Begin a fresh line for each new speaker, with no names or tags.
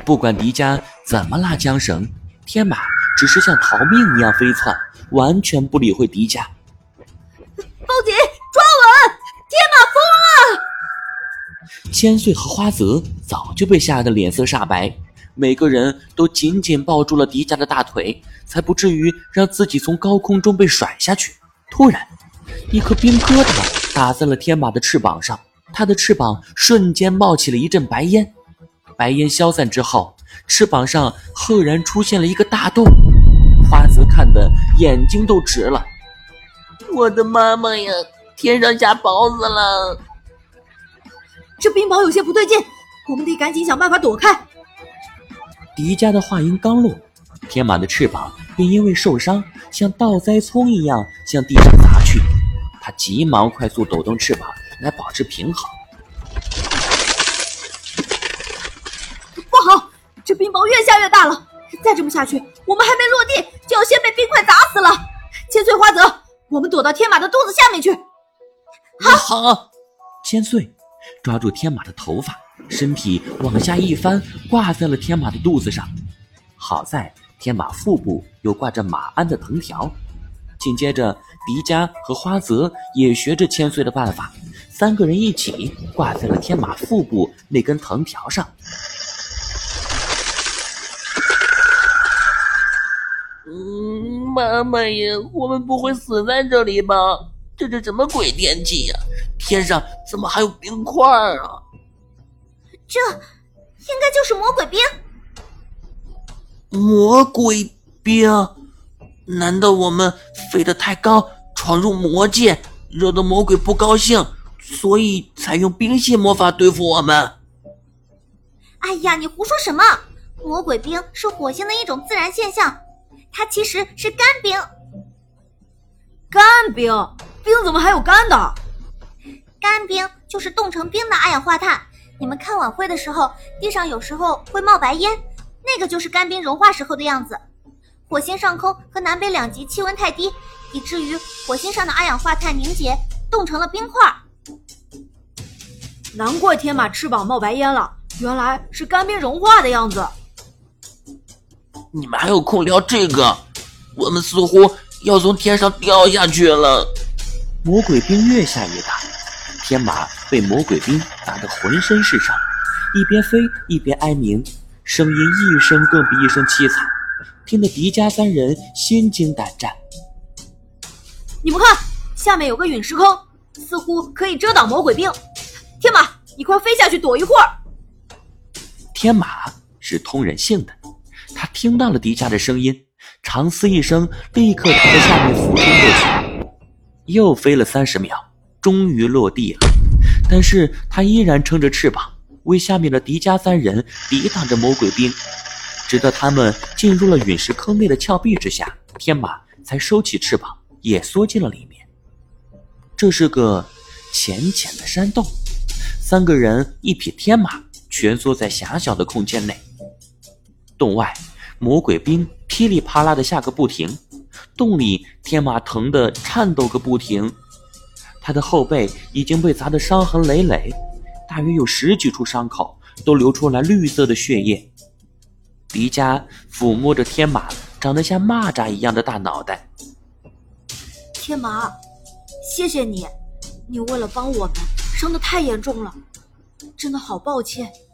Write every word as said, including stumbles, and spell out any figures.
不管迪迦怎么拉缰绳，天马只是像逃命一样飞窜，完全不理会迪迦。
报警，抓稳，天马疯了！
千岁和花泽早就被吓得脸色煞白，每个人都紧紧抱住了迪迦的大腿，才不至于让自己从高空中被甩下去。突然，一颗冰疙瘩打在了天马的翅膀上，它的翅膀瞬间冒起了一阵白烟。白烟消散之后，翅膀上赫然出现了一个大洞。花泽看得眼睛都直了。
我的妈妈呀，天上下雹子了！
这冰雹有些不对劲，我们得赶紧想办法躲开。
迪迦的话音刚落，天马的翅膀便因为受伤，像倒栽葱一样向地上砸去。他急忙快速抖动翅膀来保持平衡。
不好，这冰雹越下越大了，再这么下去，我们还没落地就要先被冰块砸死了。千岁花泽，我们躲到天马的肚子下面去。
好，好。千岁抓住天马的头发，身体往下一翻，挂在了天马的肚子上。好在天马腹部有挂着马鞍的藤条。紧接着，迪迦和花泽也学着千岁的办法，三个人一起挂在了天马腹部那根藤条上。
嗯，妈妈呀，我们不会死在这里吧？这是什么鬼天气呀？天上怎么还有冰块啊？
这应该就是魔鬼冰。
魔鬼冰？难道我们飞得太高，闯入魔界，惹得魔鬼不高兴，所以才用冰系魔法对付我们？
哎呀，你胡说什么？魔鬼冰是火星的一种自然现象，它其实是干冰。
干冰？冰怎么还有干的？
干冰就是冻成冰的二氧化碳，你们看晚会的时候，地上有时候会冒白烟，那个就是干冰融化时候的样子。火星上空和南北两极气温太低，以至于火星上的二氧化碳凝结，冻成了冰块。
难怪天马翅膀冒白烟了，原来是干冰融化的样子。
你们还有空聊这个？我们似乎要从天上掉下去了。
魔鬼冰越下越大，天马被魔鬼冰打得浑身是伤，一边飞一边哀鸣，声音一声更比一声凄惨，听得迪迦三人心惊胆战。
你们看，下面有个陨石坑，似乎可以遮挡魔鬼冰。天马，你快飞下去躲一会儿。
天马是通人性的，他听到了迪迦的声音，长嘶一声，立刻朝着下面俯冲过去。又飞了三十秒，终于落地了，但是他依然撑着翅膀，为下面的迪迦三人抵挡着魔鬼冰。直到他们进入了陨石坑内的峭壁之下，天马才收起翅膀，也缩进了里面。这是个浅浅的山洞，三个人一匹天马蜷缩在狭小的空间内。洞外魔鬼冰噼里啪啦的下个不停，洞里天马疼得颤抖个不停，他的后背已经被砸得伤痕累累，大约有十几处伤口都流出来绿色的血液。迪迦抚摸着天马长得像蚂蚱一样的大脑袋。
天马，谢谢你，你为了帮我们伤得太严重了，真的好抱歉。